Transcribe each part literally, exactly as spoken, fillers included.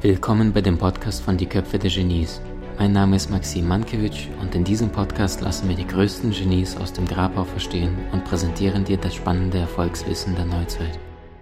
Willkommen bei dem Podcast von Die Köpfe der Genies. Mein Name ist Maxim Mankewitsch und in diesem Podcast lassen wir die größten Genies aus dem Grabau verstehen und präsentieren dir das spannende Erfolgswissen der Neuzeit.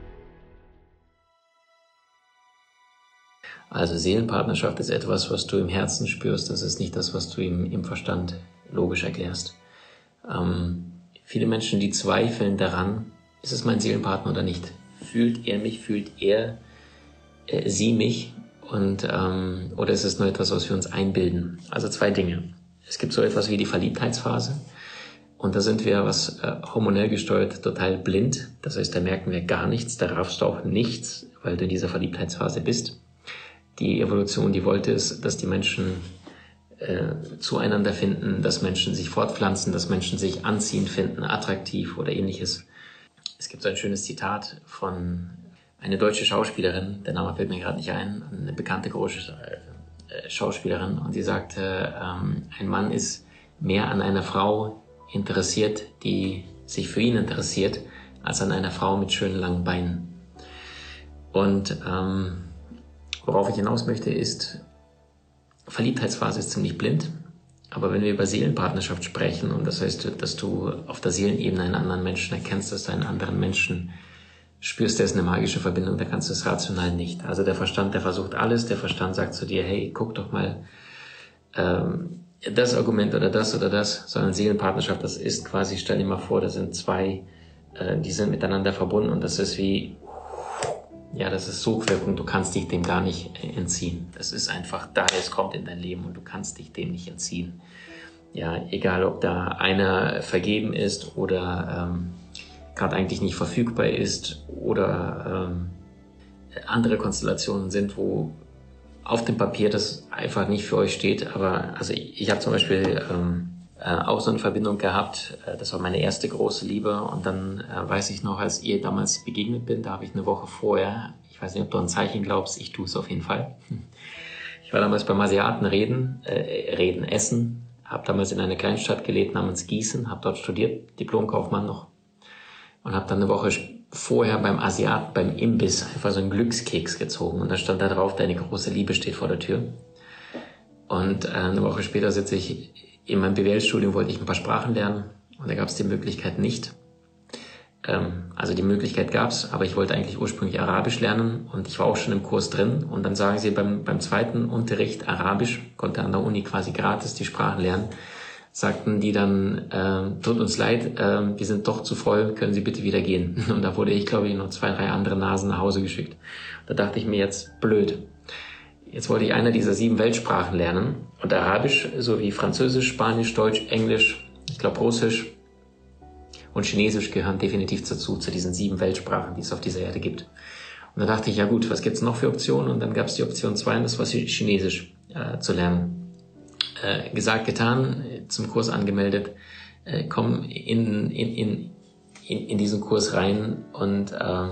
Also Seelenpartnerschaft ist etwas, was du im Herzen spürst, das ist nicht das, was du im, im Verstand logisch erklärst. Ähm, viele Menschen, die zweifeln daran, ist es mein Seelenpartner oder nicht? Fühlt er mich, fühlt er äh, sie mich? Und ähm, oder ist es nur etwas, was wir uns einbilden? Also zwei Dinge. Es gibt so etwas wie die Verliebtheitsphase. Und da sind wir, was äh, hormonell gesteuert, total blind. Das heißt, da merken wir gar nichts, da raffst du auch nichts, weil du in dieser Verliebtheitsphase bist. Die Evolution, die wollte es, dass die Menschen äh, zueinander finden, dass Menschen sich fortpflanzen, dass Menschen sich anziehend finden, attraktiv oder ähnliches. Es gibt so ein schönes Zitat von einer deutschen Schauspielerin, der Name fällt mir gerade nicht ein, eine bekannte große äh, Schauspielerin, und die sagte, ähm, ein Mann ist mehr an einer Frau interessiert, die sich für ihn interessiert, als an einer Frau mit schönen langen Beinen. Und ähm, worauf ich hinaus möchte ist, Verliebtheitsphase ist ziemlich blind, aber wenn wir über Seelenpartnerschaft sprechen, und das heißt, dass du auf der Seelenebene einen anderen Menschen erkennst, dass du einen anderen Menschen spürst, der ist eine magische Verbindung, da kannst du es rational nicht. Also der Verstand, der versucht alles, der Verstand sagt zu dir, hey, guck doch mal, ähm, das Argument oder das oder das, sondern Seelenpartnerschaft, das ist quasi, stell dir mal vor, das sind zwei, äh, die sind miteinander verbunden, und das ist wie, ja, das ist Sogwirkung, du kannst dich dem gar nicht entziehen. Das ist einfach da, es kommt in dein Leben und du kannst dich dem nicht entziehen. Ja, egal ob da einer vergeben ist oder ähm, gerade eigentlich nicht verfügbar ist oder ähm, andere Konstellationen sind, wo auf dem Papier das einfach nicht für euch steht. Aber also ich, ich habe zum Beispiel ähm, äh, auch so eine Verbindung gehabt, äh, das war meine erste große Liebe, und dann äh, weiß ich noch, als ihr damals begegnet bin, da habe ich eine Woche vorher, ich weiß nicht, ob du an Zeichen glaubst, ich tue es auf jeden Fall. Ich war damals beim Asiaten reden, äh, reden, essen, habe damals in einer Kleinstadt gelebt namens Gießen, habe dort studiert, Diplomkaufmann noch. Und habe dann eine Woche vorher beim Asiaten, beim Imbiss, einfach so einen Glückskeks gezogen. Und da stand da drauf, deine große Liebe steht vor der Tür. Und äh, eine Woche später sitze ich in meinem B W L-Studium, wollte ich ein paar Sprachen lernen. Und da gab es die Möglichkeit nicht. Ähm, also die Möglichkeit gab es, aber ich wollte eigentlich ursprünglich Arabisch lernen. Und ich war auch schon im Kurs drin. Und dann sagen sie beim, beim zweiten Unterricht Arabisch, konnte an der Uni quasi gratis die Sprachen lernen, sagten die dann, äh, tut uns leid, äh, wir sind doch zu voll, können Sie bitte wieder gehen. Und da wurde ich, glaube ich, noch zwei, drei andere Nasen nach Hause geschickt. Da dachte ich mir jetzt, blöd. Jetzt wollte ich eine dieser sieben Weltsprachen lernen. Und Arabisch sowie Französisch, Spanisch, Deutsch, Englisch, ich glaube Russisch und Chinesisch gehören definitiv dazu, zu diesen sieben Weltsprachen, die es auf dieser Erde gibt. Und da dachte ich, ja gut, was gibt's noch für Optionen? Und dann gab es die Option zwei, und das war Chinesisch äh, zu lernen. Äh, gesagt, getan, zum Kurs angemeldet, äh, komm in, in, in, in, in diesen Kurs rein, und äh,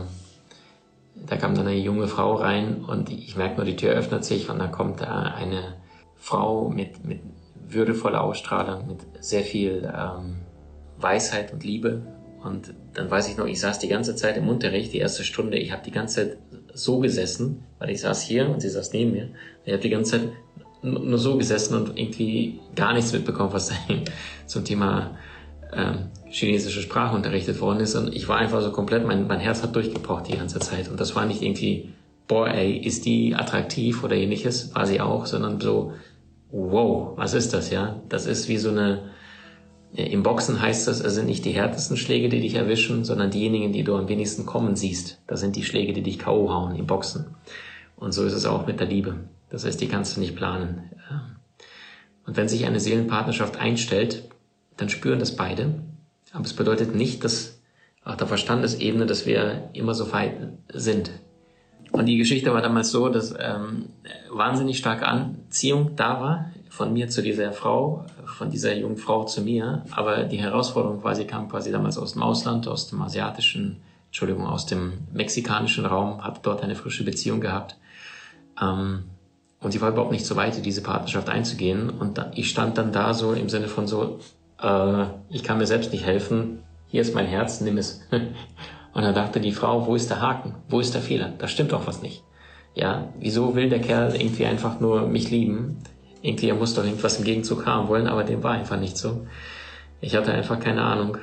da kam dann eine junge Frau rein, und ich merke nur, die Tür öffnet sich, und da kommt äh, eine Frau mit, mit würdevoller Ausstrahlung, mit sehr viel ähm, Weisheit und Liebe. Und dann weiß ich noch, ich saß die ganze Zeit im Unterricht, die erste Stunde, ich habe die ganze Zeit so gesessen, weil ich saß hier und sie saß neben mir, ich habe die ganze Zeit nur so gesessen und irgendwie gar nichts mitbekommen, was da zum Thema ähm, chinesische Sprache unterrichtet worden ist. Und ich war einfach so komplett, mein, mein Herz hat durchgepocht die ganze Zeit. Und das war nicht irgendwie, boah ey, ist die attraktiv oder ähnliches, war sie auch, sondern so, wow, was ist das, ja? Das ist wie so eine, im Boxen heißt das, es sind nicht die härtesten Schläge, die dich erwischen, sondern diejenigen, die du am wenigsten kommen siehst. Das sind die Schläge, die dich K O hauen im Boxen. Und so ist es auch mit der Liebe. Das heißt, die kannst du nicht planen. Und wenn sich eine Seelenpartnerschaft einstellt, dann spüren das beide. Aber es bedeutet nicht, dass auf der Verstandesebene, dass wir immer so weit sind. Und die Geschichte war damals so, dass ähm, wahnsinnig starke Anziehung da war von mir zu dieser Frau, von dieser jungen Frau zu mir. Aber die Herausforderung war, sie kam quasi damals aus dem Ausland, aus dem asiatischen, Entschuldigung, aus dem mexikanischen Raum, hat dort eine frische Beziehung gehabt. Ähm, Und sie war überhaupt nicht so weit, diese Partnerschaft einzugehen. Und ich stand dann da so im Sinne von so, äh, ich kann mir selbst nicht helfen, hier ist mein Herz, nimm es. Und dann dachte die Frau, wo ist der Haken? Wo ist der Fehler? Da stimmt doch was nicht. Ja, wieso will der Kerl irgendwie einfach nur mich lieben? Irgendwie, er muss doch irgendwas im Gegenzug haben wollen, aber dem war einfach nicht so. Ich hatte einfach keine Ahnung.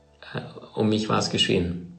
Um mich war es geschehen.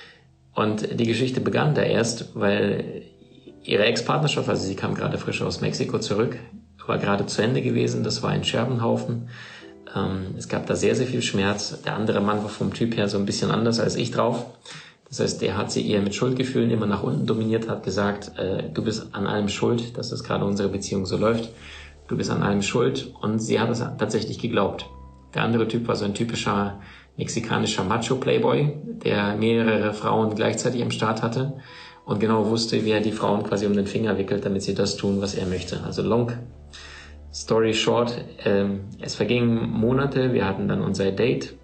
Und die Geschichte begann da erst, weil ihre Ex-Partnerschaft, also sie kam gerade frisch aus Mexiko zurück, war gerade zu Ende gewesen. Das war ein Scherbenhaufen. Ähm, es gab da sehr, sehr viel Schmerz. Der andere Mann war vom Typ her so ein bisschen anders als ich drauf. Das heißt, der hat sie eher mit Schuldgefühlen immer nach unten dominiert, hat gesagt, äh, du bist an allem schuld, dass das gerade unsere Beziehung so läuft. Du bist an allem schuld. Und sie hat es tatsächlich geglaubt. Der andere Typ war so ein typischer mexikanischer Macho-Playboy, der mehrere Frauen gleichzeitig am Start hatte und genau wusste, wie er die Frauen quasi um den Finger wickelt, damit sie das tun, was er möchte. Also long story short, ähm, es vergingen Monate, wir hatten dann unser Date,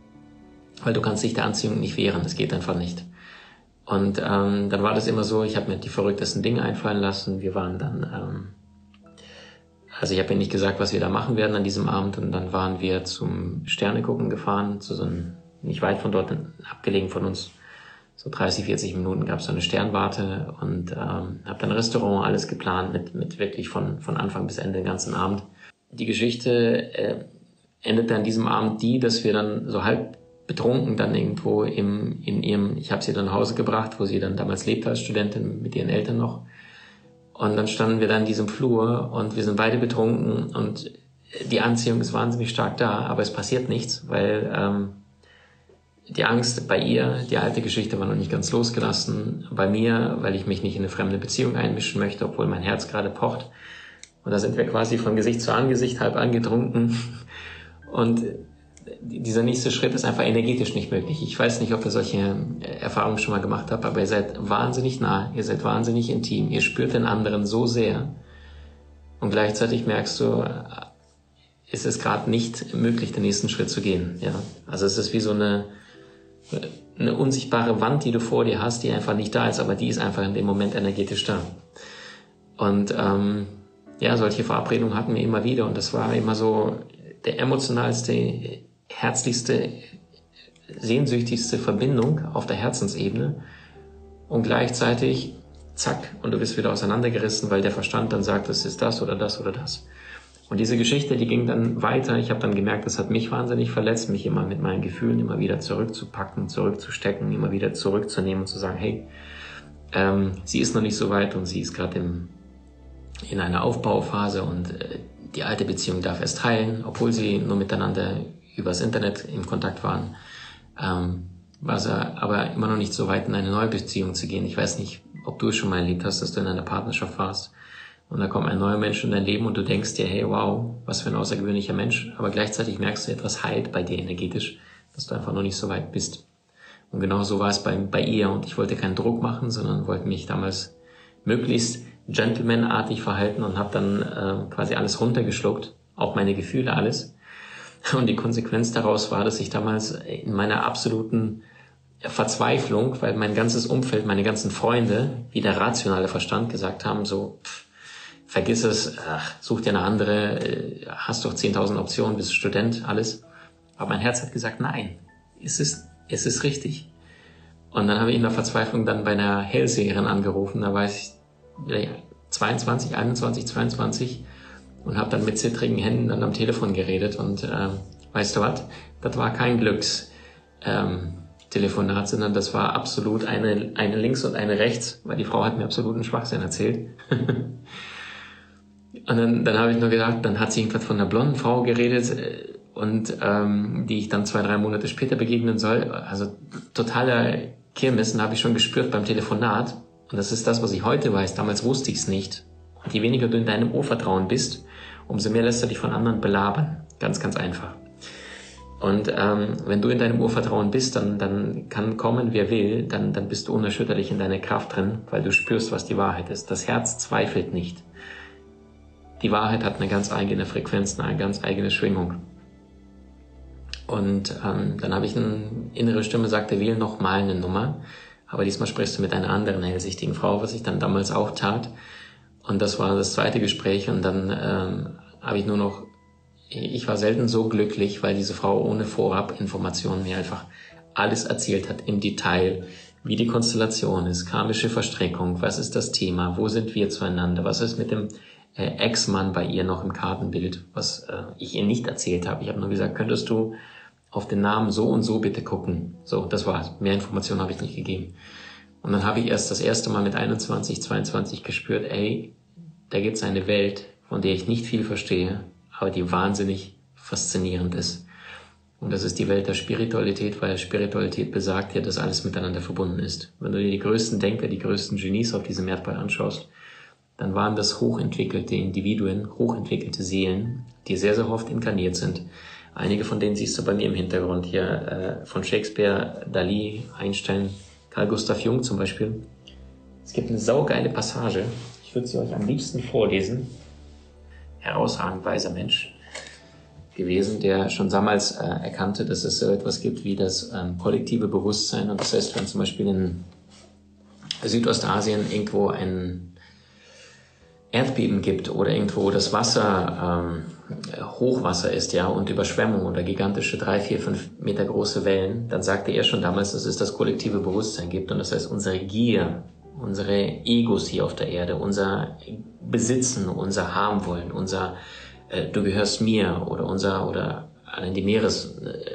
weil du kannst dich der Anziehung nicht wehren, das geht einfach nicht. Und ähm, dann war das immer so, ich habe mir die verrücktesten Dinge einfallen lassen, wir waren dann... Ähm, Also ich habe ihr nicht gesagt, was wir da machen werden an diesem Abend, und dann waren wir zum Sternegucken gefahren, zu so einem, nicht weit von dort abgelegen von uns, so dreißig, vierzig Minuten gab es so eine Sternwarte, und ähm, habe dann ein Restaurant, alles geplant, mit mit wirklich von von Anfang bis Ende den ganzen Abend. Die Geschichte äh, endete an diesem Abend die, dass wir dann so halb betrunken dann irgendwo im in ihrem, ich habe sie dann nach Hause gebracht, wo sie dann damals lebte als Studentin mit ihren Eltern noch. Und dann standen wir da in diesem Flur und wir sind beide betrunken und die Anziehung ist wahnsinnig stark da, aber es passiert nichts, weil ähm, die Angst bei ihr, die alte Geschichte war noch nicht ganz losgelassen, bei mir, weil ich mich nicht in eine fremde Beziehung einmischen möchte, obwohl mein Herz gerade pocht. Und da sind wir quasi von Gesicht zu Angesicht, halb angetrunken. Und dieser nächste Schritt ist einfach energetisch nicht möglich. Ich weiß nicht, ob ihr solche Erfahrungen schon mal gemacht habt, aber ihr seid wahnsinnig nah, ihr seid wahnsinnig intim, ihr spürt den anderen so sehr und gleichzeitig merkst du, ist es gerade nicht möglich, den nächsten Schritt zu gehen. Ja? Also es ist wie so eine, eine unsichtbare Wand, die du vor dir hast, die einfach nicht da ist, aber die ist einfach in dem Moment energetisch da. Und ähm, ja, solche Verabredungen hatten wir immer wieder, und das war immer so der emotionalste, herzlichste, sehnsüchtigste Verbindung auf der Herzensebene, und gleichzeitig zack, und du bist wieder auseinandergerissen, weil der Verstand dann sagt, das ist das oder das oder das. Und diese Geschichte, die ging dann weiter. Ich habe dann gemerkt, das hat mich wahnsinnig verletzt, mich immer mit meinen Gefühlen immer wieder zurückzupacken, zurückzustecken, immer wieder zurückzunehmen und zu sagen, hey, ähm, sie ist noch nicht so weit und sie ist gerade im in einer Aufbauphase, und äh, die alte Beziehung darf erst heilen, obwohl sie nur miteinander übers Internet im Kontakt waren, ähm, war sie aber immer noch nicht so weit, in eine neue Beziehung zu gehen. Ich weiß nicht, ob du es schon mal erlebt hast, dass du in einer Partnerschaft warst und da kommt ein neuer Mensch in dein Leben und du denkst dir, hey, wow, was für ein außergewöhnlicher Mensch, aber gleichzeitig merkst du, etwas heilt bei dir energetisch, dass du einfach noch nicht so weit bist. Und genau so war es bei, bei ihr, und ich wollte keinen Druck machen, sondern wollte mich damals möglichst gentlemanartig verhalten und habe dann äh, quasi alles runtergeschluckt, auch meine Gefühle, alles. Und die Konsequenz daraus war, dass ich damals in meiner absoluten Verzweiflung, weil mein ganzes Umfeld, meine ganzen Freunde, wie der rationale Verstand gesagt haben, so, pff, vergiss es, ach, such dir eine andere, äh, hast doch zehntausend Optionen, bist Student, alles. Aber mein Herz hat gesagt, nein, es ist, es ist richtig. Und dann habe ich in der Verzweiflung dann bei einer Hellseherin angerufen, da war ich zweiundzwanzig, einundzwanzig, zweiundzwanzig und habe dann mit zittrigen Händen dann am Telefon geredet, und äh, weißt du was, das war kein Glückstelefonat, ähm, sondern das war absolut eine, eine links und eine rechts, weil die Frau hat mir absoluten Schwachsinn erzählt. Und dann, dann habe ich nur gedacht, dann hat sie irgendwas von einer blonden Frau geredet, und ähm, die ich dann zwei, drei Monate später begegnen soll. Also totaler Kirmes, habe ich schon gespürt beim Telefonat. Und das ist das, was ich heute weiß. Damals wusste ich es nicht. Und je weniger du in deinem Urvertrauen bist, umso mehr lässt du dich von anderen belabern. Ganz, ganz einfach. Und ähm, wenn du in deinem Urvertrauen bist, dann, dann kann kommen, wer will, dann, dann bist du unerschütterlich in deiner Kraft drin, weil du spürst, was die Wahrheit ist. Das Herz zweifelt nicht. Die Wahrheit hat eine ganz eigene Frequenz, eine ganz eigene Schwingung. Und ähm, dann habe ich eine innere Stimme, sagte, wähl noch mal eine Nummer. Aber diesmal sprichst du mit einer anderen hellsichtigen Frau, was ich dann damals auch tat. Und das war das zweite Gespräch. Und dann ähm, habe ich nur noch, ich war selten so glücklich, weil diese Frau ohne Vorabinformationen mir einfach alles erzählt hat im Detail, wie die Konstellation ist, karmische Verstrickung, was ist das Thema, wo sind wir zueinander, was ist mit dem äh, Ex-Mann bei ihr noch im Kartenbild, was äh, ich ihr nicht erzählt habe. Ich habe nur gesagt, könntest du auf den Namen so und so bitte gucken. So, das war's. Mehr Informationen habe ich nicht gegeben. Und dann habe ich erst das erste Mal mit einundzwanzig, zweiundzwanzig gespürt, ey, da gibt's eine Welt, von der ich nicht viel verstehe, aber die wahnsinnig faszinierend ist. Und das ist die Welt der Spiritualität, weil Spiritualität besagt ja, dass alles miteinander verbunden ist. Wenn du dir die größten Denker, die größten Genies auf diesem Erdball anschaust, dann waren das hochentwickelte Individuen, hochentwickelte Seelen, die sehr, sehr oft inkarniert sind. Einige von denen siehst du bei mir im Hintergrund hier, äh, von Shakespeare, Dali, Einstein, Carl Gustav Jung zum Beispiel. Es gibt eine saugeile Passage, ich würde sie euch am liebsten vorlesen. Herausragend weiser Mensch gewesen, der schon damals äh, erkannte, dass es so etwas gibt wie das ähm, kollektive Bewusstsein. Und das heißt, wenn zum Beispiel in Südostasien irgendwo ein Erdbeben gibt oder irgendwo das Wasser ähm, Hochwasser ist, ja, und Überschwemmung oder gigantische drei, vier, fünf Meter große Wellen, dann sagte er schon damals, dass es das kollektive Bewusstsein gibt. Und das heißt, unsere Gier, unsere Egos hier auf der Erde, unser Besitzen, unser Haben wollen, unser du gehörst mir oder unser, oder allein die Meeres, äh,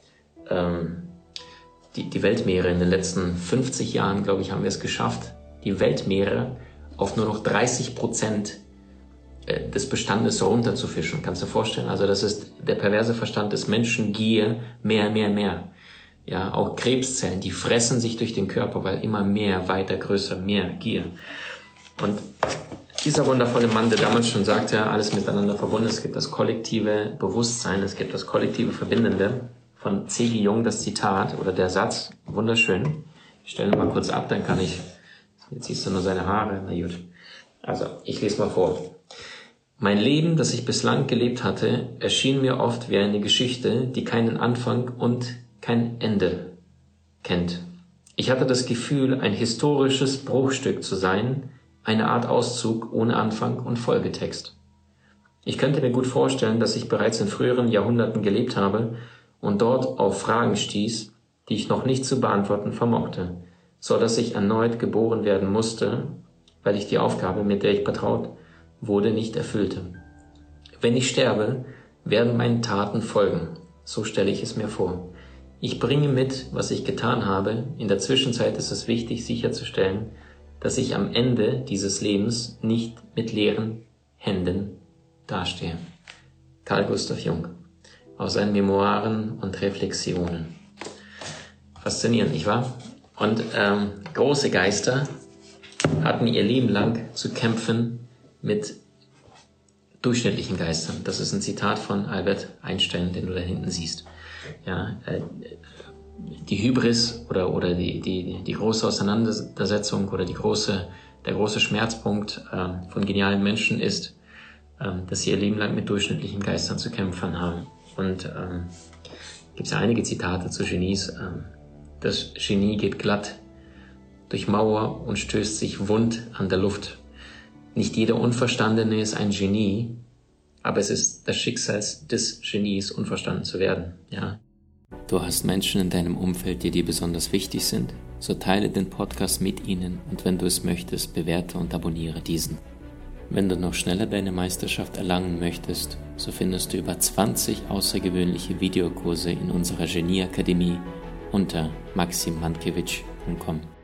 ähm, die, die Weltmeere in den letzten fünfzig Jahren, glaube ich, haben wir es geschafft, die Weltmeere auf nur noch dreißig Prozent äh, des Bestandes runterzufischen. Kannst du dir vorstellen? Also das ist der perverse Verstand des Menschen, Gier, mehr, mehr, mehr. Ja, auch Krebszellen, die fressen sich durch den Körper, weil immer mehr, weiter, größer, mehr, Gier. Und dieser wundervolle Mann, der damals schon sagte, alles miteinander verbunden, es gibt das kollektive Bewusstsein, es gibt das kollektive Verbindende, von C G Jung das Zitat oder der Satz, wunderschön. Ich stelle mal kurz ab, dann kann ich, jetzt siehst du nur seine Haare, na gut. Also, ich lese mal vor. Mein Leben, das ich bislang gelebt hatte, erschien mir oft wie eine Geschichte, die keinen Anfang und kein Ende kennt. Ich hatte das Gefühl, ein historisches Bruchstück zu sein, eine Art Auszug ohne Anfang und Folgetext. Ich könnte mir gut vorstellen, dass ich bereits in früheren Jahrhunderten gelebt habe und dort auf Fragen stieß, die ich noch nicht zu beantworten vermochte, so dass ich erneut geboren werden musste, weil ich die Aufgabe, mit der ich betraut wurde, nicht erfüllte. Wenn ich sterbe, werden meine Taten folgen, so stelle ich es mir vor. Ich bringe mit, was ich getan habe. In der Zwischenzeit ist es wichtig, sicherzustellen, dass ich am Ende dieses Lebens nicht mit leeren Händen dastehe. Carl Gustav Jung, aus seinen Memoiren und Reflexionen. Faszinierend, nicht wahr? Und ähm, große Geister hatten ihr Leben lang zu kämpfen mit durchschnittlichen Geistern. Das ist ein Zitat von Albert Einstein, den du da hinten siehst. Ja, äh, die Hybris oder oder die die die große Auseinandersetzung oder die große der große Schmerzpunkt äh, von genialen Menschen ist, äh, dass sie ihr Leben lang mit durchschnittlichen Geistern zu kämpfen haben. Und ähm, gibt es ja einige Zitate zu Genies. Äh, das Genie geht glatt durch Mauer und stößt sich wund an der Luft. Nicht jeder Unverstandene ist ein Genie, aber es ist das Schicksal des Genies, unverstanden zu werden. Ja. Du hast Menschen in deinem Umfeld, die dir besonders wichtig sind? So teile den Podcast mit ihnen und wenn du es möchtest, bewerte und abonniere diesen. Wenn du noch schneller deine Meisterschaft erlangen möchtest, so findest du über zwanzig außergewöhnliche Videokurse in unserer Genieakademie unter maxim mankiewicz punkt com.